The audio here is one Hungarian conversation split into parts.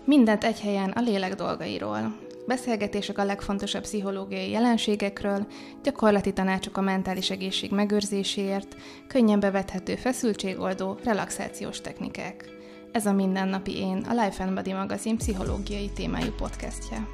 Mindent egy helyen a lélek dolgairól. Beszélgetések a legfontosabb pszichológiai jelenségekről, gyakorlati tanácsok a mentális egészség megőrzéséért, könnyen bevethető feszültségoldó, relaxációs technikák. Ez a Mindennapi Én, a Life and Body magazin pszichológiai témájú podcastje.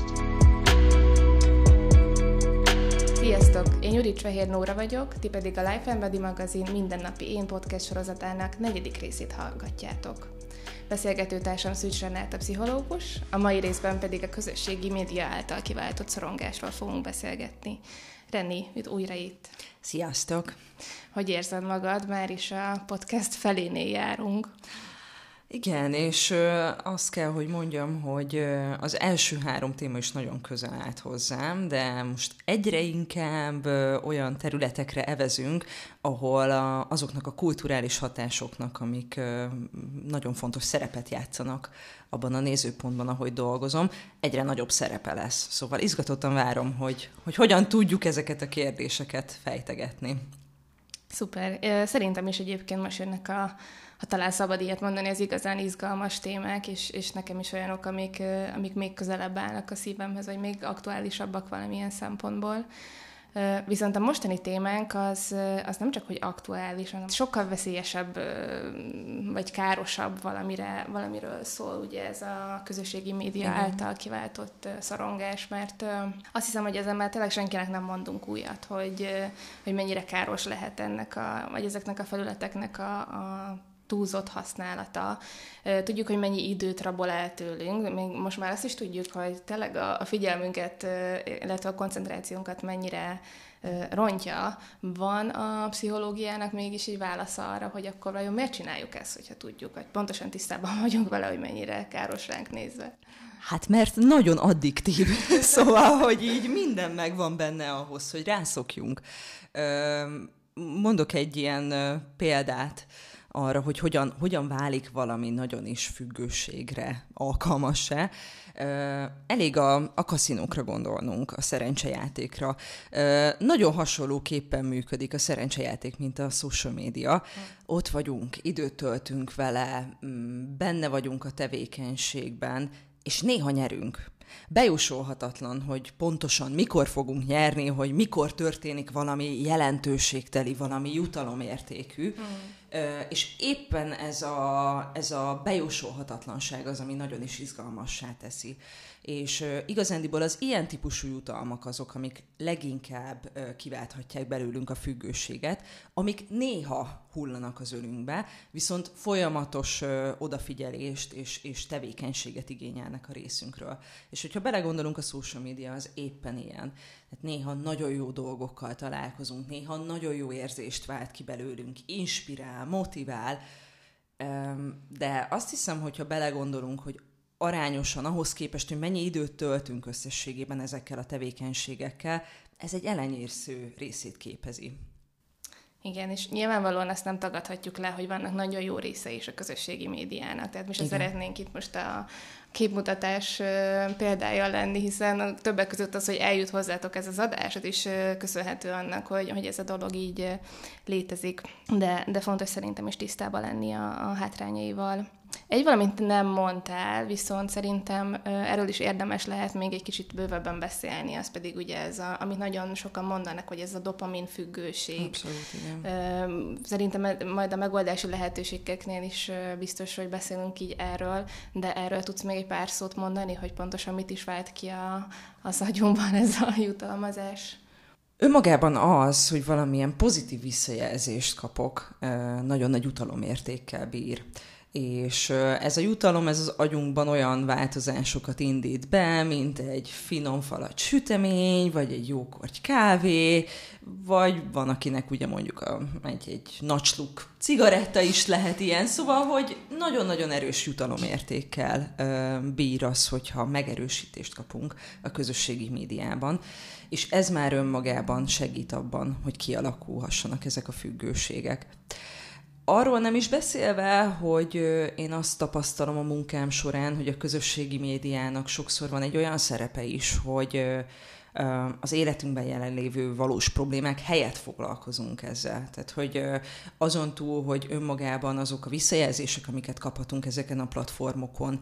Sziasztok! Én Judit Fehér Nóra vagyok, ti pedig a Life and Body magazin Mindennapi Én podcast sorozatának 4. részét hallgatjátok. Beszélgetőtársam Szűcs Renáta pszichológus, a mai részben pedig a közösségi média által kiváltott szorongásról fogunk beszélgetni. Renni, újra itt. Sziasztok! Hogy érzed magad? Már is a podcast felénél járunk. Igen, és azt kell, hogy mondjam, hogy az első 3 téma is nagyon közel állt hozzám, de most egyre inkább olyan területekre evezünk, ahol azoknak a kulturális hatásoknak, amik nagyon fontos szerepet játszanak abban a nézőpontban, ahogy dolgozom, egyre nagyobb szerepe lesz. Szóval izgatottan várom, hogy hogyan tudjuk ezeket a kérdéseket fejtegetni. Szuper. Szerintem is egyébként most jönnek ha talán szabad ilyet mondani, az igazán izgalmas témák, és nekem is olyanok, amik még közelebb állnak a szívemhez, vagy még aktuálisabbak valamilyen szempontból. Viszont a mostani témánk az nem csak, hogy aktuális, hanem sokkal veszélyesebb, vagy károsabb valamiről szól, ugye ez a közösségi média által kiváltott szorongás, mert azt hiszem, hogy ezen már tényleg senkinek nem mondunk újat, hogy mennyire káros lehet vagy ezeknek a felületeknek a túlzott használata. Tudjuk, hogy mennyi időt rabol el tőlünk, még most már azt is tudjuk, hogy tényleg a figyelmünket, illetve a koncentrációnkat mennyire rontja. Van a pszichológiának mégis egy válasza arra, hogy akkor vajon miért csináljuk ezt, hogyha tudjuk, hogy pontosan tisztában vagyunk vele, hogy mennyire káros ránk nézve. Hát mert nagyon addiktív, szóval, hogy így minden megvan benne ahhoz, hogy rászokjunk. Mondok egy ilyen példát arra, hogy hogyan válik valami nagyon is függőségre alkalmassá. Elég a kaszinókra gondolnunk, a szerencsejátékra. Nagyon hasonlóképpen működik a szerencsejáték, mint a social media. Ott vagyunk, időt töltünk vele, benne vagyunk a tevékenységben, és néha nyerünk. Bejósolhatatlan, hogy pontosan mikor fogunk nyerni, hogy mikor történik valami jelentőségteli, valami jutalomértékű, és éppen ez a bejósolhatatlanság az, ami nagyon is izgalmassá teszi. És igazándiból az ilyen típusú jutalmak azok, amik leginkább kiválthatják belőlünk a függőséget, amik néha hullanak az ölünkbe, viszont folyamatos odafigyelést és tevékenységet igényelnek a részünkről. És hogyha belegondolunk, a social media az éppen ilyen. Tehát néha nagyon jó dolgokkal találkozunk, néha nagyon jó érzést vált ki belőlünk, inspirál, motivál, de azt hiszem, hogyha belegondolunk, hogy arányosan ahhoz képest, hogy mennyi időt töltünk összességében ezekkel a tevékenységekkel, ez egy elenyésző részét képezi. Igen, és nyilvánvalóan ezt nem tagadhatjuk le, hogy vannak nagyon jó részei is a közösségi médiának. Tehát mi sem szeretnénk itt most a képmutatás példája lenni, hiszen többek között az, hogy eljut hozzátok ez az adás, az is köszönhető annak, hogy ez a dolog így létezik. De fontos szerintem is tisztában lenni a hátrányaival. Egy valamit nem mondtál, viszont szerintem erről is érdemes lehet még egy kicsit bővebben beszélni, az pedig ugye ez, amit nagyon sokan mondanak, hogy ez a dopamin függőség. Abszolút, igen. Szerintem majd a megoldási lehetőségeknél is biztos, hogy beszélünk így erről, de erről tudsz még egy pár szót mondani, hogy pontosan mit is vált ki az agyunkban ez a jutalmazás? Önmagában az, hogy valamilyen pozitív visszajelzést kapok, nagyon nagy jutalomértékkel bír. És ez a jutalom, ez az agyunkban olyan változásokat indít be, mint egy finom falat sütemény, vagy egy jó korty kávé, vagy van, akinek ugye mondjuk egy nagy sluk cigaretta is lehet ilyen, szóval, hogy nagyon-nagyon erős jutalomértékkel bír az, hogyha megerősítést kapunk a közösségi médiában, és ez már önmagában segít abban, hogy kialakulhassanak ezek a függőségek. Arról nem is beszélve, hogy én azt tapasztalom a munkám során, hogy a közösségi médiának sokszor van egy olyan szerepe is, hogy az életünkben jelenlévő valós problémák helyett foglalkozunk ezzel. Tehát, hogy azon túl, hogy önmagában azok a visszajelzések, amiket kaphatunk ezeken a platformokon,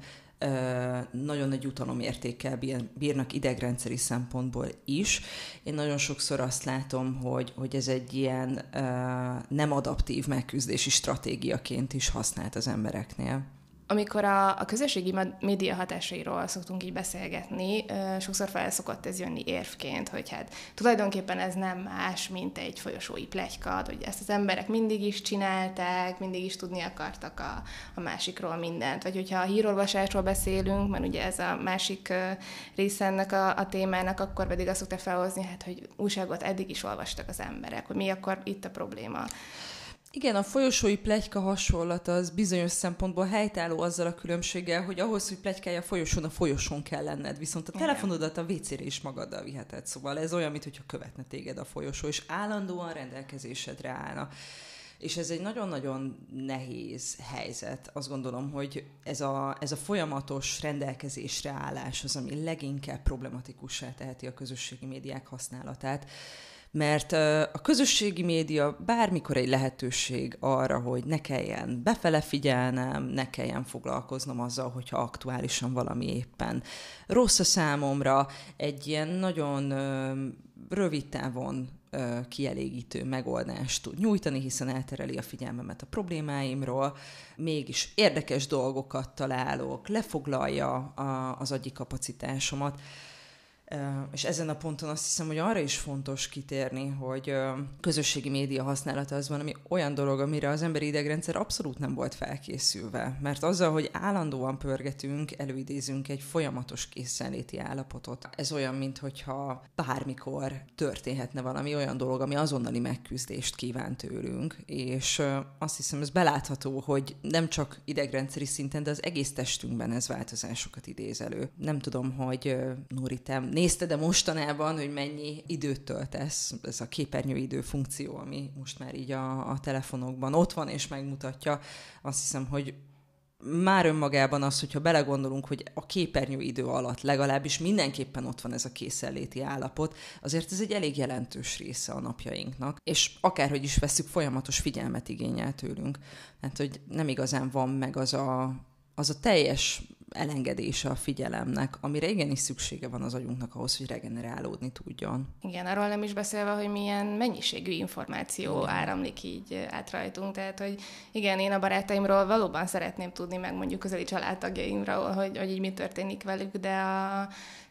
nagyon nagy jutalomértékkel bírnak idegrendszeri szempontból is. Én nagyon sokszor azt látom, hogy ez egy ilyen nem adaptív megküzdési stratégiaként is használt az embereknél. Amikor a közösségi média hatásairól szoktunk így beszélgetni, sokszor fel szokott ez jönni érvként, hogy hát tulajdonképpen ez nem más, mint egy folyosói pletyka, hogy ezt az emberek mindig is csinálták, mindig is tudni akartak a másikról mindent. Vagy hogyha a hírolvasásról beszélünk, mert ugye ez a másik része ennek a témának, akkor pedig azt szokta felhozni, hát, hogy újságot eddig is olvastak az emberek, hogy mi akkor itt a probléma. Igen, a folyosói pletyka hasonlata az bizonyos szempontból helytálló azzal a különbséggel, hogy ahhoz, hogy pletykálj a folyosón kell lenned, viszont a telefonodat a WC-re is magaddal viheted. Szóval ez olyan, mintha követne téged a folyosó, és állandóan rendelkezésedre állna. És ez egy nagyon-nagyon nehéz helyzet. Azt gondolom, hogy ez a folyamatos rendelkezésre állás az, ami leginkább problematikussá teheti a közösségi médiák használatát. Mert a közösségi média bármikor egy lehetőség arra, hogy ne kelljen befele figyelnem, ne kelljen foglalkoznom azzal, hogyha aktuálisan valami éppen rossz a számomra, egy ilyen nagyon rövid távon kielégítő megoldást tud nyújtani, hiszen eltereli a figyelmemet a problémáimról, mégis érdekes dolgokat találok, lefoglalja az agyi kapacitásomat. És ezen a ponton azt hiszem, hogy arra is fontos kitérni, hogy közösségi média használata az valami olyan dolog, amire az emberi idegrendszer abszolút nem volt felkészülve. Mert azzal, hogy állandóan pörgetünk, előidézünk egy folyamatos készenléti állapotot. Ez olyan, minthogyha bármikor történhetne valami olyan dolog, ami azonnali megküzdést kíván tőlünk. És azt hiszem, ez belátható, hogy nem csak idegrendszeri szinten, de az egész testünkben ez változásokat idéz elő. Nem tudom, hogy Nóri, te nézted-e mostanában, hogy mennyi időt töltesz, ez a képernyőidő funkció, ami most már így a telefonokban ott van, és megmutatja. Azt hiszem, hogy már önmagában az, hogyha belegondolunk, hogy a képernyőidő alatt legalábbis mindenképpen ott van ez a készenléti állapot, azért ez egy elég jelentős része a napjainknak, és akárhogy is veszük, folyamatos figyelmet igényel tőlünk. Hát, hogy nem igazán van meg az a teljes elengedése a figyelemnek, amire igenis szüksége van az agyunknak ahhoz, hogy regenerálódni tudjon. Igen, arról nem is beszélve, hogy milyen mennyiségű információ áramlik így át rajtunk. Tehát, hogy igen, én a barátaimról valóban szeretném tudni, meg mondjuk közeli családtagjaimról, hogy így mi történik velük, de a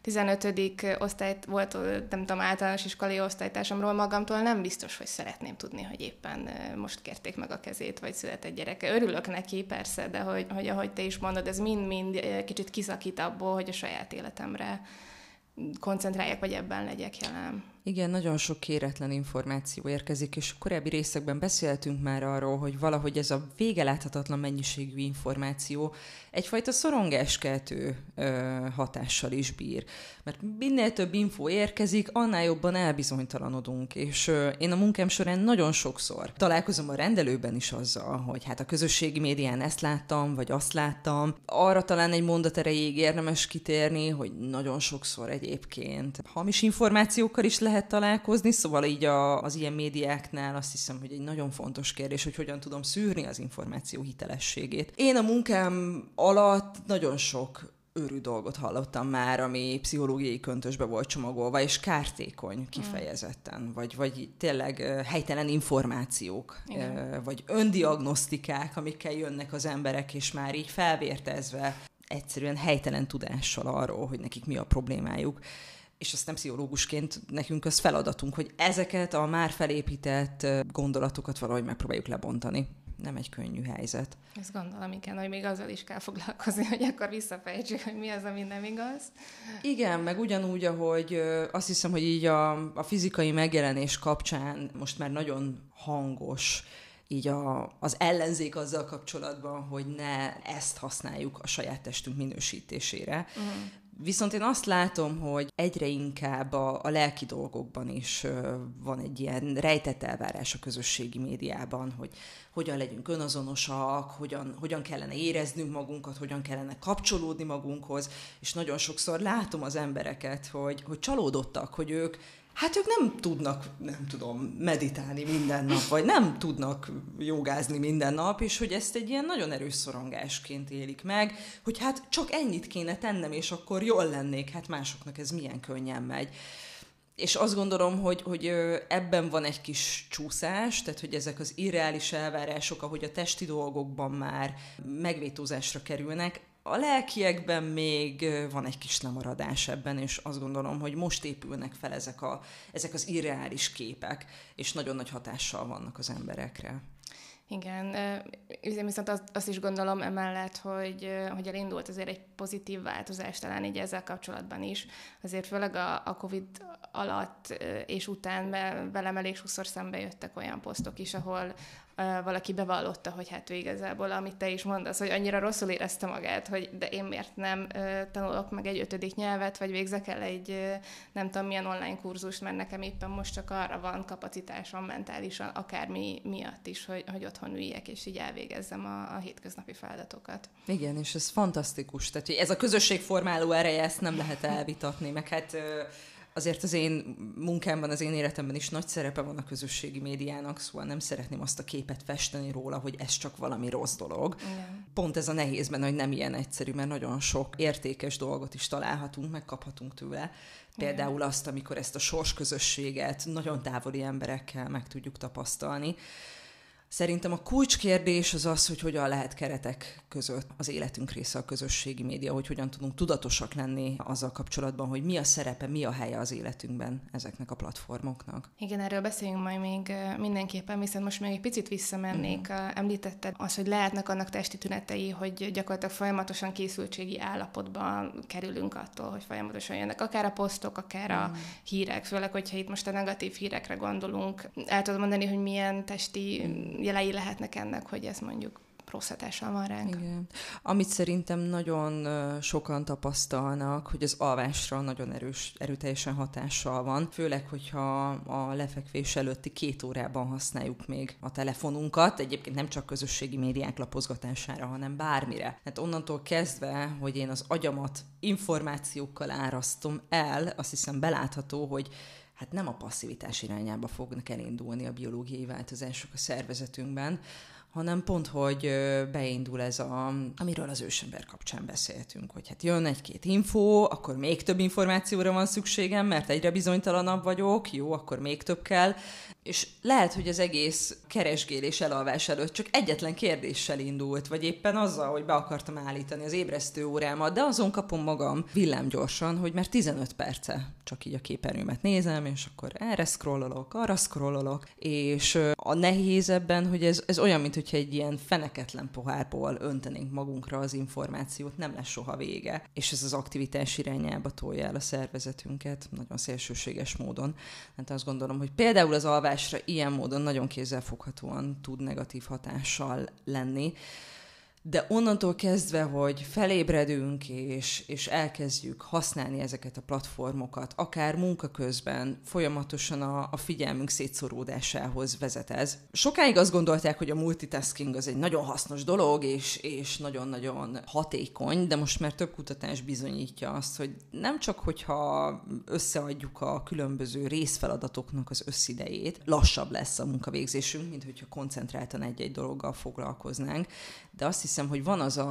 15. osztályt volt, nem tudom, általános iskolai osztálytársamról magamtól nem biztos, hogy szeretném tudni, hogy éppen most kérték meg a kezét, vagy született gyereke. Örülök neki, persze, de hogy ahogy te is mondod, ez mind-mind kicsit kiszakít abból, hogy a saját életemre koncentráljak, vagy ebben legyek jelen. Igen, nagyon sok kéretlen információ érkezik, és a korábbi részekben beszéltünk már arról, hogy valahogy ez a végeláthatatlan mennyiségű információ egyfajta szorongáskeltő hatással is bír. Mert minél több info érkezik, annál jobban elbizonytalanodunk, és én a munkám során nagyon sokszor találkozom a rendelőben is azzal, hogy hát a közösségi médián ezt láttam, vagy azt láttam. Arra talán egy mondat erejéig érdemes kitérni, hogy nagyon sokszor egyébként hamis információkkal is lehet találkozni, szóval így az ilyen médiáknál azt hiszem, hogy egy nagyon fontos kérdés, hogy hogyan tudom szűrni az információ hitelességét. Én a munkám alatt nagyon sok őrű dolgot hallottam már, ami pszichológiai köntösbe volt csomagolva, és kártékony kifejezetten, vagy tényleg helytelen információk, vagy öndiagnosztikák, amikkel jönnek az emberek, és már így felvértezve egyszerűen helytelen tudással arról, hogy nekik mi a problémájuk. És aztán pszichológusként nekünk az feladatunk, hogy ezeket a már felépített gondolatokat valahogy megpróbáljuk lebontani. Nem egy könnyű helyzet. Ezt gondolom, igen, hogy még azzal is kell foglalkozni, hogy akkor visszafejtsük, hogy mi az, ami nem igaz. Igen, meg ugyanúgy, ahogy azt hiszem, hogy így a fizikai megjelenés kapcsán most már nagyon hangos így az ellenzék azzal kapcsolatban, hogy ne ezt használjuk a saját testünk minősítésére. Viszont én azt látom, hogy egyre inkább a lelki dolgokban is van egy ilyen rejtett elvárás a közösségi médiában, hogy hogyan legyünk önazonosak, hogyan kellene éreznünk magunkat, hogyan kellene kapcsolódni magunkhoz, és nagyon sokszor látom az embereket, hogy csalódottak, hogy ők Hát ők nem tudnak, nem tudom, meditálni minden nap, vagy nem tudnak jogázni minden nap, és hogy ezt egy ilyen nagyon erős szorongásként élik meg, hogy hát csak ennyit kéne tennem, és akkor jól lennék, hát másoknak ez milyen könnyen megy. És azt gondolom, hogy ebben van egy kis csúszás, tehát hogy ezek az irreális elvárások, ahogy a testi dolgokban már megvétózásra kerülnek, a lelkiekben még van egy kis lemaradás ebben, és azt gondolom, hogy most épülnek fel ezek az irreális képek, és nagyon nagy hatással vannak az emberekre. Igen, viszont azt is gondolom emellett, hogy elindult azért egy pozitív változás talán így ezzel kapcsolatban is. Azért főleg a Covid alatt és után velem elég sokszor szembe jöttek olyan posztok is, ahol valaki bevallotta, hogy hát ő igazából, amit te is mondasz, hogy annyira rosszul érezte magát, hogy de én miért nem tanulok meg egy 5. nyelvet, vagy végzek el egy nem tudom milyen online kurzust, mert nekem éppen most csak arra van kapacitásom mentálisan, akármi miatt is, hogy otthon üljek, és így elvégezzem a hétköznapi feladatokat. Igen, és ez fantasztikus. Tehát ez a közösségformáló ereje, ezt nem lehet elvitatni, meg hát azért az én munkámban, az én életemben is nagy szerepe van a közösségi médiának, szóval nem szeretném azt a képet festeni róla, hogy ez csak valami rossz dolog. Igen. Pont ez a nehéz benne, hogy nem ilyen egyszerű, mert nagyon sok értékes dolgot is találhatunk, megkaphatunk tőle. Például azt, amikor ezt a sorsközösséget nagyon távoli emberekkel meg tudjuk tapasztalni. Szerintem a kulcskérdés az az, hogy hogyan lehet keretek között az életünk része a közösségi média, hogy hogyan tudunk tudatosak lenni azzal kapcsolatban, hogy mi a szerepe, mi a helye az életünkben ezeknek a platformoknak. Igen, erről beszéljünk majd még mindenképpen, viszont most még egy picit visszamennék. Említetted azt, hogy lehetnek annak testi tünetei, hogy gyakorlatilag folyamatosan készültségi állapotban kerülünk attól, hogy folyamatosan jönnek akár a posztok, akár a hírek, főleg, hogyha itt most a negatív hírekre gondolunk. El tudom mondani, hogy milyen testi jelei lehetnek ennek, hogy ez mondjuk rossz hatással van ránk. Igen. Amit szerintem nagyon sokan tapasztalnak, hogy az alvásra nagyon erőteljesen hatással van, főleg, hogyha a lefekvés előtti 2 órában használjuk még a telefonunkat, egyébként nem csak közösségi médiák lapozgatására, hanem bármire. Hát onnantól kezdve, hogy én az agyamat információkkal árasztom el, azt hiszem belátható, hogy hát nem a passzivitás irányába fognak elindulni a biológiai változások a szervezetünkben, hanem pont, hogy beindul ez amiről az ősember kapcsán beszéltünk, hogy hát jön 1-2 info, akkor még több információra van szükségem, mert egyre bizonytalanabb vagyok, jó, akkor még több kell, és lehet, hogy az egész keresgélés elalvás előtt csak egyetlen kérdéssel indult, vagy éppen azzal, hogy be akartam állítani az ébresztő órámat, de azon kapom magam villámgyorsan, hogy már 15 perce csak így a képernyőmet nézem, és akkor erre scrollolok, arra scrollolok, és a nehéz ebben, hogy ez olyan, mint hogyha egy ilyen feneketlen pohárból öntenénk magunkra az információt, nem lesz soha vége, és ez az aktivitás irányába tolja el a szervezetünket, nagyon szélsőséges módon. Hát azt gondolom, hogy például az alvásra ilyen módon nagyon kézzelfoghatóan tud negatív hatással lenni, de onnantól kezdve, hogy felébredünk, és elkezdjük használni ezeket a platformokat, akár munka közben, folyamatosan a figyelmünk szétszoródásához vezet ez. Sokáig azt gondolták, hogy a multitasking az egy nagyon hasznos dolog, és nagyon-nagyon hatékony, de most már több kutatás bizonyítja azt, hogy nem csak, hogyha összeadjuk a különböző részfeladatoknak az összidejét, lassabb lesz a munkavégzésünk, mint hogyha koncentráltan egy-egy dologgal foglalkoznánk, de azt hiszem, hogy van az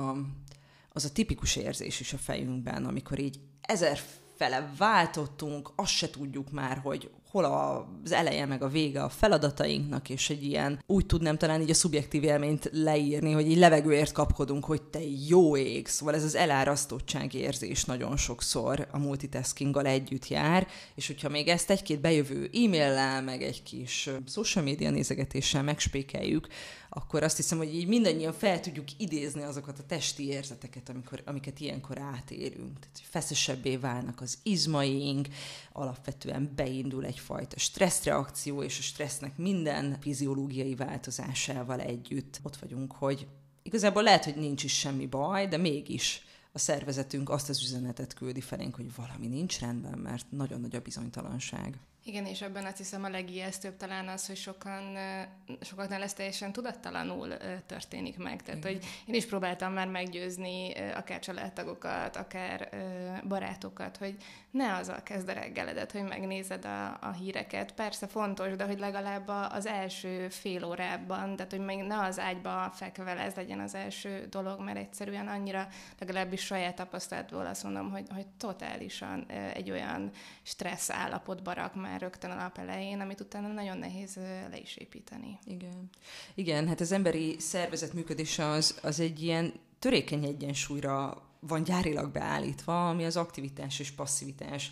a tipikus érzés is a fejünkben, amikor így 1000-fele váltottunk, azt se tudjuk már, hogy hol az eleje meg a vége a feladatainknak, és egy ilyen, úgy tudnám talán így a szubjektív élményt leírni, hogy így levegőért kapkodunk, hogy te jó ég. Szóval ez az elárasztottság érzés nagyon sokszor a multitaskinggal együtt jár, és hogyha még ezt 1-2 bejövő e-maillel, meg egy kis social media nézegetéssel megspékeljük, akkor azt hiszem, hogy így mindannyian fel tudjuk idézni azokat a testi érzeteket, amiket ilyenkor átélünk. Tehát, hogy feszesebbé válnak az izmaink, alapvetően beindul egyfajta stresszreakció, és a stressznek minden fiziológiai változásával együtt ott vagyunk, hogy igazából lehet, hogy nincs is semmi baj, de mégis a szervezetünk azt az üzenetet küldi felénk, hogy valami nincs rendben, mert nagyon nagy a bizonytalanság. Igen, és ebben azt hiszem a legijesztőbb talán az, hogy sokaknál ez teljesen tudattalanul történik meg. Tehát, hogy én is próbáltam már meggyőzni akár családtagokat, akár barátokat, hogy ne azzal kezd a reggeledet, hogy megnézed a híreket. Persze fontos, de hogy legalább az első fél órában, tehát, hogy még ne az ágyba fekve ez legyen az első dolog, mert egyszerűen annyira, legalábbis saját tapasztalatból azt mondom, hogy totálisan egy olyan stressz állapotba rak már rögtön a nap elején, amit utána nagyon nehéz le is építeni. Igen, hát az emberi szervezet működése az egy ilyen törékeny egyensúlyra van gyárilag beállítva, ami az aktivitás és passzivitás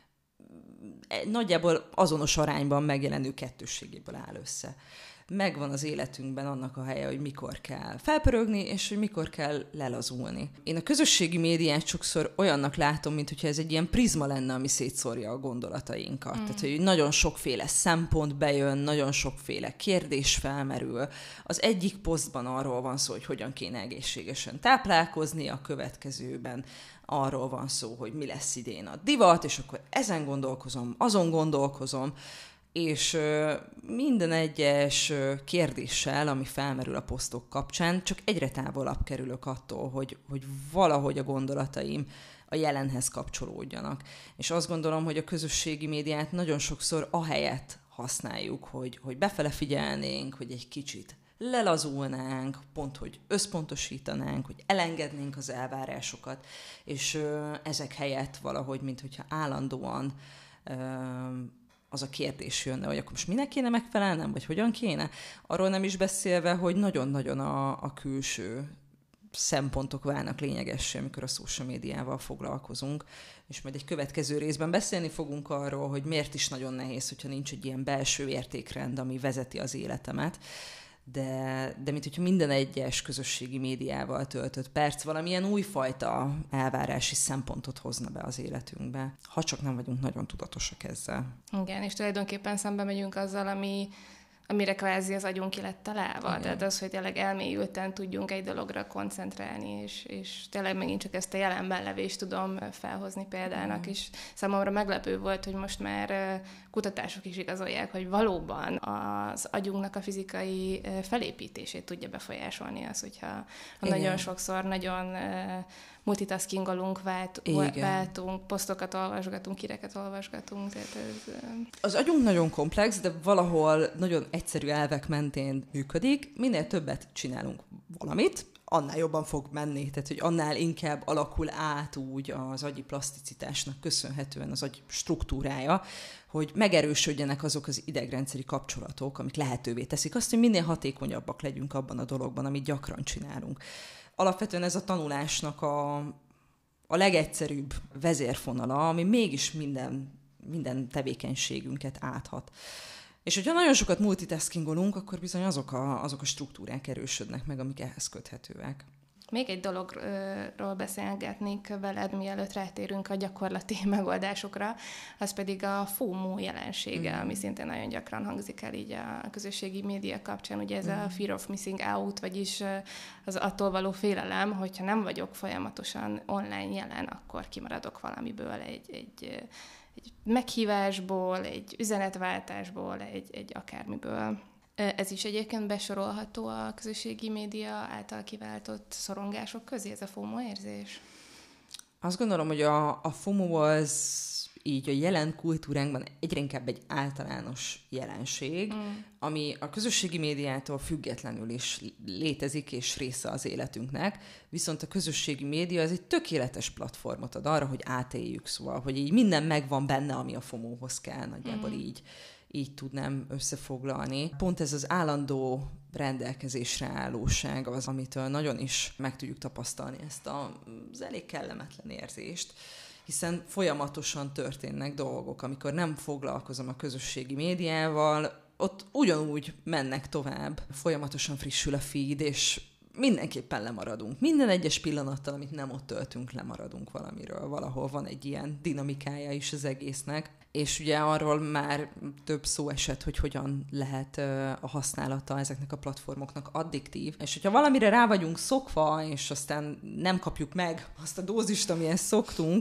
nagyjából azonos arányban megjelenő kettősségéből áll össze. Megvan az életünkben annak a helye, hogy mikor kell felpörögni, és hogy mikor kell lelazulni. Én a közösségi médiát sokszor olyannak látom, mintha ez egy ilyen prizma lenne, ami szétszórja a gondolatainkat. Tehát, hogy nagyon sokféle szempont bejön, nagyon sokféle kérdés felmerül. Az egyik posztban arról van szó, hogy hogyan kéne egészségesen táplálkozni, a következőben arról van szó, hogy mi lesz idén a divat, és akkor ezen gondolkozom, azon gondolkozom, és minden egyes kérdéssel, ami felmerül a posztok kapcsán, csak egyre távolabb kerülök attól, hogy valahogy a gondolataim a jelenhez kapcsolódjanak. És azt gondolom, hogy a közösségi médiát nagyon sokszor ahelyett használjuk, hogy befele figyelnénk, hogy egy kicsit lelazulnánk, pont, hogy összpontosítanánk, hogy elengednénk az elvárásokat, és ezek helyett valahogy, minthogyha állandóan az a kérdés jönne, hogy akkor most minek kéne megfelelnem, vagy hogyan kéne? Arról nem is beszélve, hogy nagyon-nagyon a külső szempontok válnak lényegessé, amikor a social médiával foglalkozunk, és majd egy következő részben beszélni fogunk arról, hogy miért is nagyon nehéz, hogyha nincs egy ilyen belső értékrend, ami vezeti az életemet, de mint hogyha minden egyes közösségi médiával töltött perc valamilyen újfajta elvárási szempontot hozna be az életünkbe, ha csak nem vagyunk nagyon tudatosak ezzel. Igen, és tulajdonképpen szembe megyünk azzal, amire kvázi az agyunk ki lett találva. Igen. Tehát az, hogy tényleg elmélyülten tudjunk egy dologra koncentrálni, és tényleg megint csak ezt a jelenben levést tudom felhozni példának, és számomra meglepő volt, hogy most már kutatások is igazolják, hogy valóban az agyunknak a fizikai felépítését tudja befolyásolni az, hogyha nagyon sokszor nagyon multitaskingolunk, váltunk, posztokat olvasgatunk, híreket olvasgatunk. Tehát ez... Az agyunk nagyon komplex, de valahol nagyon egyszerű elvek mentén működik. Minél többet csinálunk valamit, annál jobban fog menni, tehát hogy annál inkább alakul át úgy az agyi plaszticitásnak köszönhetően az agy struktúrája, hogy megerősödjenek azok az idegrendszeri kapcsolatok, amik lehetővé teszik azt, hogy minél hatékonyabbak legyünk abban a dologban, amit gyakran csinálunk. Alapvetően ez a tanulásnak a legegyszerűbb vezérfonala, ami mégis minden tevékenységünket áthat. És hogyha nagyon sokat multitaskingolunk, akkor bizony azok a struktúrák erősödnek meg, amik ehhez köthetőek. Még egy dologról beszélgetnék veled, mielőtt rátérünk a gyakorlati megoldásokra, az pedig a FOMO jelensége, ami szintén nagyon gyakran hangzik el így a közösségi média kapcsán. Ugye ez a fear of missing out, vagyis az attól való félelem, hogyha nem vagyok folyamatosan online jelen, akkor kimaradok valamiből, egy meghívásból, egy üzenetváltásból, egy akármiből. Ez is egyébként besorolható a közösségi média által kiváltott szorongások közé, ez a FOMO érzés? Azt gondolom, hogy a FOMO az így a jelen kultúránkban egyre inkább egy általános jelenség, ami a közösségi médiától függetlenül is létezik és része az életünknek, viszont a közösségi média az egy tökéletes platformot ad arra, hogy átéljük, szóval, hogy így minden megvan benne, ami a FOMO-hoz kell, nagyjából így tudnám összefoglalni. Pont ez az állandó rendelkezésre állóság az, amitől nagyon is meg tudjuk tapasztalni ezt az elég kellemetlen érzést, hiszen folyamatosan történnek dolgok, amikor nem foglalkozom a közösségi médiával, ott ugyanúgy mennek tovább, folyamatosan frissül a feed, és mindenképpen lemaradunk. Minden egyes pillanattal, amit nem ott töltünk, lemaradunk valamiről. Valahol van egy ilyen dinamikája is az egésznek. És ugye arról már több szó esett, hogy hogyan lehet a használata ezeknek a platformoknak addiktív. És hogyha valamire rá vagyunk szokva, és aztán nem kapjuk meg azt a dózist, amihez szoktunk,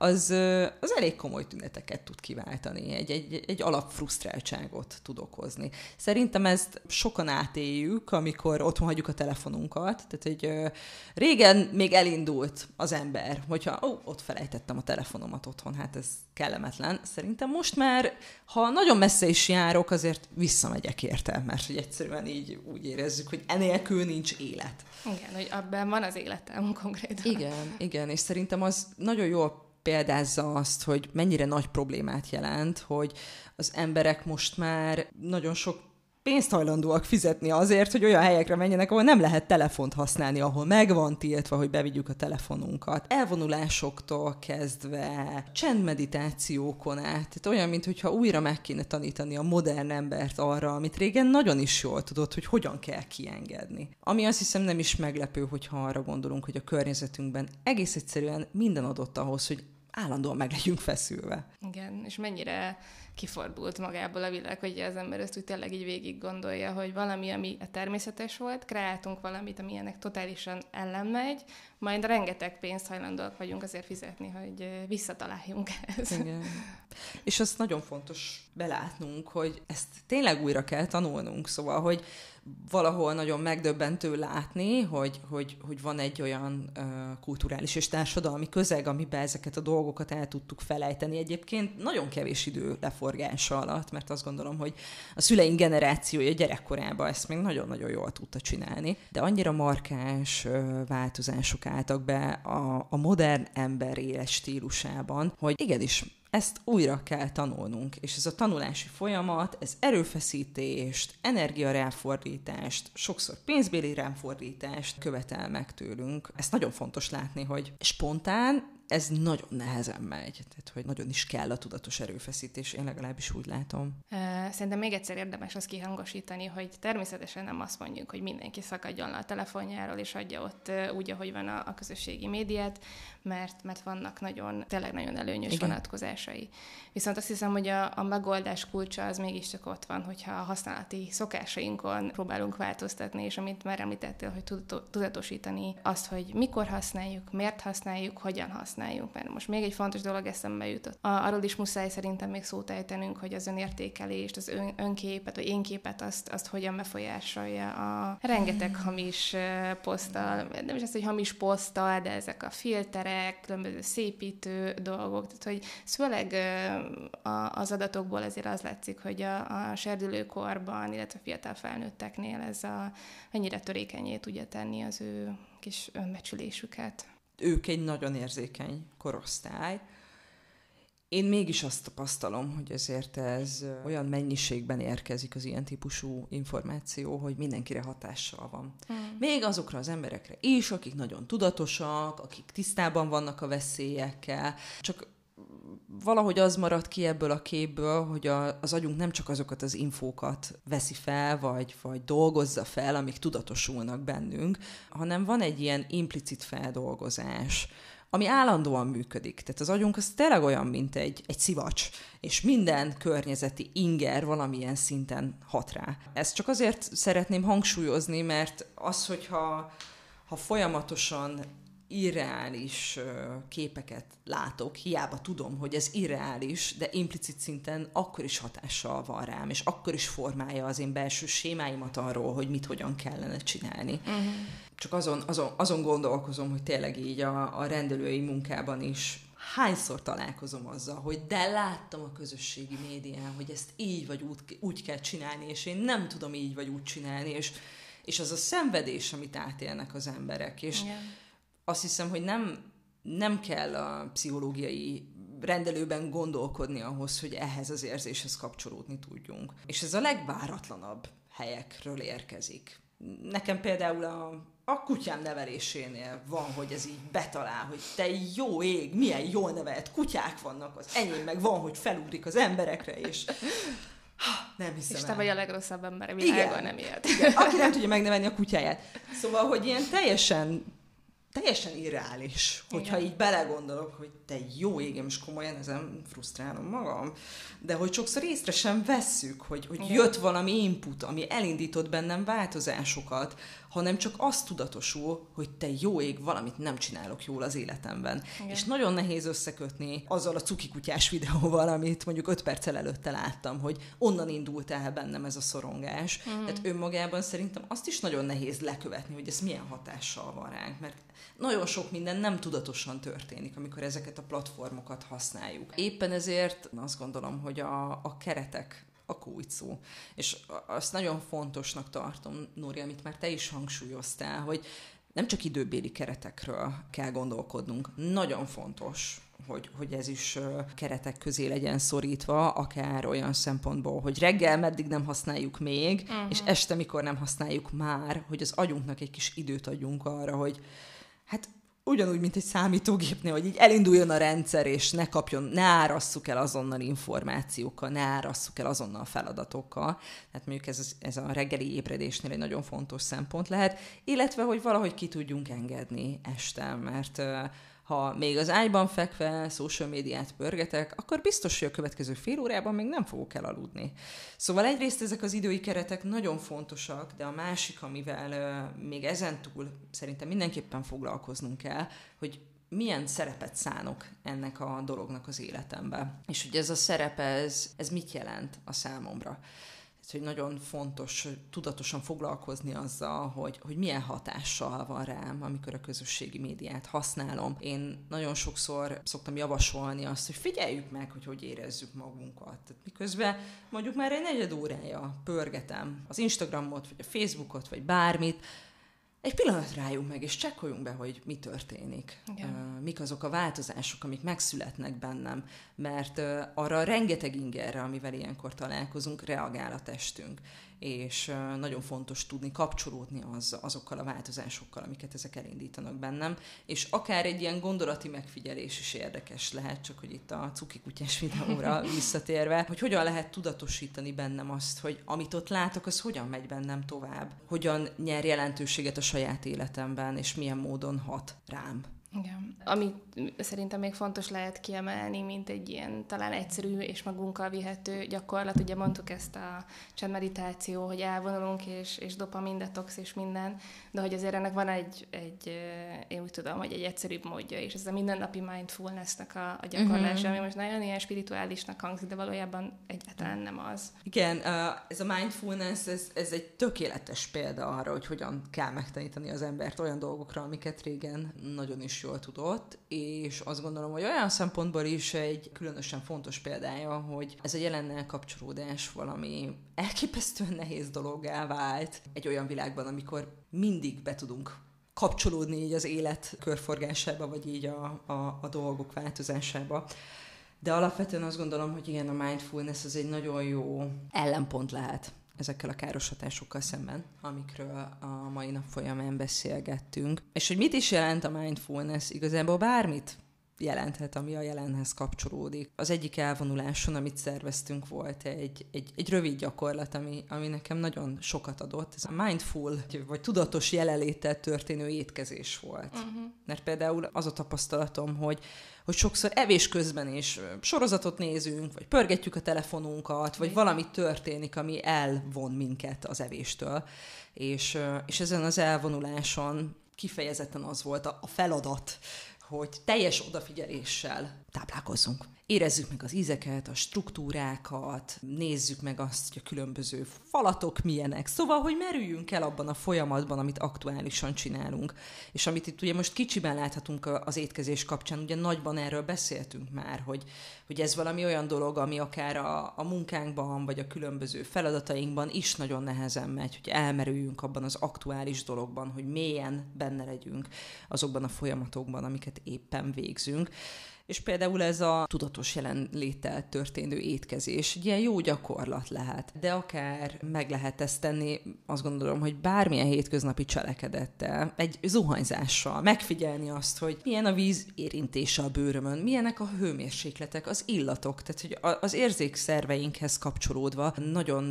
az elég komoly tüneteket tud kiváltani, egy alapfrusztráltságot tud okozni. Szerintem ezt sokan átéljük, amikor otthon hagyjuk a telefonunkat, tehát hogy régen még elindult az ember, hogyha ott felejtettem a telefonomat otthon, hát ez kellemetlen. Szerintem most már, ha nagyon messze is járok, azért visszamegyek érte, mert hogy egyszerűen így úgy érezzük, hogy enélkül nincs élet. Igen, hogy abban van az életem konkrétan. Igen, és szerintem az nagyon jól példázza azt, hogy mennyire nagy problémát jelent, hogy az emberek most már nagyon sok pénzt hajlandóak fizetni azért, hogy olyan helyekre menjenek, ahol nem lehet telefont használni, ahol meg van tiltva, hogy bevigyük a telefonunkat. Elvonulásoktól kezdve, csendmeditációkon át, tehát olyan, mintha újra meg kéne tanítani a modern embert arra, amit régen nagyon is jól tudott, hogy hogyan kell kiengedni. Ami azt hiszem nem is meglepő, hogyha arra gondolunk, hogy a környezetünkben egész egyszerűen minden adott ahhoz, hogy állandóan meg legyünk feszülve. Igen, és mennyire kifordult magából a világ, hogy az ember ezt úgy tényleg így végig gondolja, hogy valami, ami a természetes volt, kreáltunk valamit, ami ennek totálisan ellenmegy, majd rengeteg pénzt hajlandóak vagyunk azért fizetni, hogy visszataláljunk ehhez. Igen. És azt nagyon fontos belátnunk, hogy ezt tényleg újra kell tanulnunk, szóval, hogy valahol nagyon megdöbbentő látni, hogy van egy olyan kulturális és társadalmi közeg, amiben ezeket a dolgokat el tudtuk felejteni. Egyébként nagyon kevés idő leforgása alatt, mert azt gondolom, hogy a szüleink generációja gyerekkorában ezt még nagyon-nagyon jól tudta csinálni. De annyira markáns változások álltak be a modern ember éles stílusában, hogy igenis, ezt újra kell tanulnunk, és ez a tanulási folyamat, ez erőfeszítést, energiaráfordítást, sokszor pénzbéli ráfordítást követel meg tőlünk. Ezt nagyon fontos látni, hogy spontán ez nagyon nehezen megy, tehát hogy nagyon is kell a tudatos erőfeszítés, én legalábbis úgy látom. Szerintem még egyszer érdemes azt kihangosítani, hogy természetesen nem azt mondjuk, hogy mindenki szakadjon le a telefonjáról, és adja ott úgy, ahogy van a közösségi médiát, mert vannak tényleg nagyon előnyös vonatkozásai. Viszont azt hiszem, hogy a megoldás kulcsa az mégiscsak ott van, hogyha a használati szokásainkon próbálunk változtatni, és amit már említettél, hogy tudatosítani azt, hogy mikor használjuk, miért használjuk, hogyan használjuk. Mert most még egy fontos dolog eszembe jutott. Arról is muszáj szerintem még szót ejtenünk, hogy az önértékelést, az önképet, vagy énképet, azt hogyan befolyásolja a rengeteg hamis poszttal, nem is az, hogy hamis poszttal, de ezek a filterek, különböző szépítő dolgok, tehát hogy főleg az adatokból azért az látszik, hogy a serdülőkorban, illetve fiatal felnőtteknél ez mennyire törékenyé tudja tenni az ő kis önbecsülésüket. Ők egy nagyon érzékeny korosztály. Én mégis azt tapasztalom, hogy ezért ez olyan mennyiségben érkezik az ilyen típusú információ, hogy mindenkire hatással van. Még azokra az emberekre is, akik nagyon tudatosak, akik tisztában vannak a veszélyekkel, csak valahogy az marad ki ebből a képből, hogy az agyunk nem csak azokat az infókat veszi fel, vagy dolgozza fel, amik tudatosulnak bennünk, hanem van egy ilyen implicit feldolgozás, ami állandóan működik. Tehát az agyunk az tényleg olyan, mint egy szivacs, és minden környezeti inger valamilyen szinten hat rá. Ezt csak azért szeretném hangsúlyozni, mert az, hogyha folyamatosan irreális képeket látok, hiába tudom, hogy ez irreális, de implicit szinten akkor is hatással van rám, és akkor is formálja az én belső sémáimat arról, hogy mit hogyan kellene csinálni. Csak azon gondolkozom, hogy tényleg így a rendelői munkában is hányszor találkozom azzal, hogy de láttam a közösségi médián, hogy ezt így vagy úgy kell csinálni, és én nem tudom így vagy úgy csinálni, és az a szenvedés, amit átélnek az emberek, és azt hiszem, hogy nem kell a pszichológiai rendelőben gondolkodni ahhoz, hogy ehhez az érzéshez kapcsolódni tudjunk. És ez a legváratlanabb helyekről érkezik. Nekem például a kutyám nevelésénél van, hogy ez így betalál, hogy te jó ég, milyen jól nevelt kutyák vannak, az enyém meg van, hogy felugrik az emberekre, és nem hiszem és te vagy a legrosszabb ember a világon, nem ilyet. Igen, aki nem tudja megnevelni a kutyáját. Szóval, hogy ilyen teljesen irreális, hogyha így belegondolok, hogy te jó égem, és komolyan ezen frusztrálom magam, de hogy sokszor észre sem vesszük, hogy jött valami input, ami elindított bennem változásokat, hanem csak az tudatosul, hogy te jó ég, valamit nem csinálok jól az életemben. Igen. És nagyon nehéz összekötni azzal a cukikutyás videóval, amit mondjuk 5 perccel előtte láttam, hogy onnan indult el bennem ez a szorongás. Tehát önmagában szerintem azt is nagyon nehéz lekövetni, hogy ez milyen hatással van ránk, mert nagyon sok minden nem tudatosan történik, amikor ezeket a platformokat használjuk. Éppen ezért azt gondolom, hogy a keretek a kulcs szó. És azt nagyon fontosnak tartom, Nóri, amit már te is hangsúlyoztál, hogy nem csak időbéli keretekről kell gondolkodnunk. Nagyon fontos, hogy ez is keretek közé legyen szorítva, akár olyan szempontból, hogy reggel meddig nem használjuk még, és este mikor nem használjuk már, hogy az agyunknak egy kis időt adjunk arra, hogy hát ugyanúgy, mint egy számítógépnél, hogy így elinduljon a rendszer, és ne árasszuk el azonnal információkkal, ne árasszuk el azonnal feladatokkal. Tehát mondjuk ez a reggeli ébredésnél egy nagyon fontos szempont lehet, illetve, hogy valahogy ki tudjunk engedni este, mert ha még az ágyban fekve social médiát pörgetek, akkor biztos, hogy a következő fél órában még nem fogok elaludni. Szóval egyrészt ezek az idői keretek nagyon fontosak, de a másik, amivel még ezentúl szerintem mindenképpen foglalkoznunk kell, hogy milyen szerepet szánok ennek a dolognak az életembe. És hogy ez a szerep, ez mit jelent a számomra. Hogy nagyon fontos tudatosan foglalkozni azzal, hogy milyen hatással van rám, amikor a közösségi médiát használom. Én nagyon sokszor szoktam javasolni azt, hogy figyeljük meg, hogy érezzük magunkat. Tehát miközben mondjuk már egy 4 órája pörgetem az Instagramot, vagy a Facebookot, vagy bármit, egy pillanat rájunk meg, és csekkoljunk be, hogy mi történik. Mik azok a változások, amik megszületnek bennem, mert arra rengeteg ingerre, amivel ilyenkor találkozunk, reagál a testünk. És nagyon fontos tudni kapcsolódni azokkal a változásokkal, amiket ezek elindítanak bennem, és akár egy ilyen gondolati megfigyelés is érdekes lehet, csak hogy itt a cukikutyás videóra visszatérve, hogy hogyan lehet tudatosítani bennem azt, hogy amit ott látok, az hogyan megy bennem tovább, hogyan nyer jelentőséget a saját életemben, és milyen módon hat rám. Igen. Ami szerintem még fontos lehet kiemelni, mint egy ilyen talán egyszerű és magunkkal vihető gyakorlat. Ugye mondtuk ezt a csendmeditáció, hogy elvonulunk, és dopamin detox és minden, de hogy azért ennek van én úgy tudom, hogy egy egyszerűbb módja, és ez a mindennapi mindfulness-nek a gyakorlása, ami most nagyon ilyen spirituálisnak hangzik, de valójában egyáltalán nem az. Igen, ez a mindfulness, ez egy tökéletes példa arra, hogy hogyan kell megtanítani az embert olyan dolgokra, amiket régen nagyon is jól tudott, és azt gondolom, hogy olyan szempontból is egy különösen fontos példája, hogy ez a jelennel kapcsolódás valami elképesztően nehéz dologgá vált egy olyan világban, amikor mindig be tudunk kapcsolódni így az élet körforgásába, vagy így a dolgok változásába. De alapvetően azt gondolom, hogy igen, a mindfulness az egy nagyon jó ellenpont lehet ezekkel a káros hatásokkal szemben, amikről a mai nap folyamán beszélgettünk. És hogy mit is jelent a mindfulness? Igazából bármit jelenthet, ami a jelenhez kapcsolódik. Az egyik elvonuláson, amit szerveztünk, volt egy rövid gyakorlat, ami nekem nagyon sokat adott. Ez a mindful, vagy tudatos jelenléttel történő étkezés volt. Mert például az a tapasztalatom, hogy sokszor evés közben is sorozatot nézünk, vagy pörgetjük a telefonunkat, vagy valami történik, ami elvon minket az evéstől. És ezen az elvonuláson kifejezetten az volt a feladat, hogy teljes odafigyeléssel táplálkozzunk. Érezzük meg az ízeket, a struktúrákat, nézzük meg azt, hogy a különböző falatok milyenek. Szóval, hogy merüljünk el abban a folyamatban, amit aktuálisan csinálunk. És amit itt ugye most kicsiben láthatunk az étkezés kapcsán, ugye nagyban erről beszéltünk már, hogy ez valami olyan dolog, ami akár a munkánkban, vagy a különböző feladatainkban is nagyon nehezen megy, hogy elmerüljünk abban az aktuális dologban, hogy mélyen benne legyünk azokban a folyamatokban, amiket éppen végzünk. És például ez a tudatos jelenléttel történő étkezés egy ilyen jó gyakorlat lehet. De akár meg lehet ezt tenni, azt gondolom, hogy bármilyen hétköznapi cselekedettel, egy zuhanyzással megfigyelni azt, hogy milyen a víz érintése a bőrömön, milyenek a hőmérsékletek, az illatok, tehát hogy az érzékszerveinkhez kapcsolódva nagyon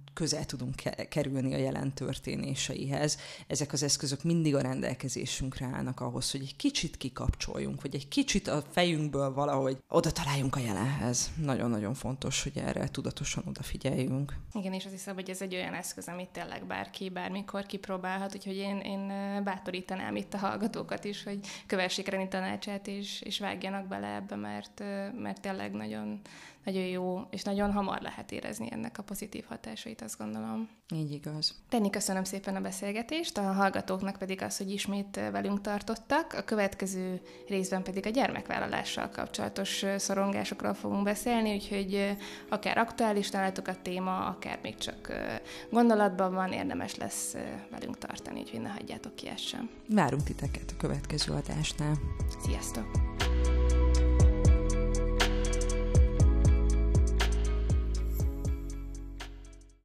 közel tudunk kerülni a jelen történéseihez. Ezek az eszközök mindig a rendelkezésünkre állnak ahhoz, hogy egy kicsit kikapcsoljunk, vagy egy kicsit a fejünkből valahogy oda találjunk a jelenhez. Nagyon-nagyon fontos, hogy erre tudatosan odafigyeljünk. Igen, és azt hiszem, hogy ez egy olyan eszköz, amit tényleg bárki, bármikor kipróbálhat, úgyhogy én bátorítanám itt a hallgatókat is, hogy kövessék Reni tanácsát, és vágjanak bele ebbe, mert tényleg nagyon, nagyon jó, és nagyon hamar lehet érezni ennek a pozitív hatásait, azt gondolom. Így igaz. Tenni köszönöm szépen a beszélgetést, a hallgatóknak pedig az, hogy ismét velünk tartottak. A következő részben pedig a gyermekvállalással kapcsolatos szorongásokról fogunk beszélni, úgyhogy akár aktuális találatok a téma, akár még csak gondolatban van, érdemes lesz velünk tartani, úgyhogy ne hagyjátok ki ezt sem. Várunk titeket a következő adásnál. Sziasztok!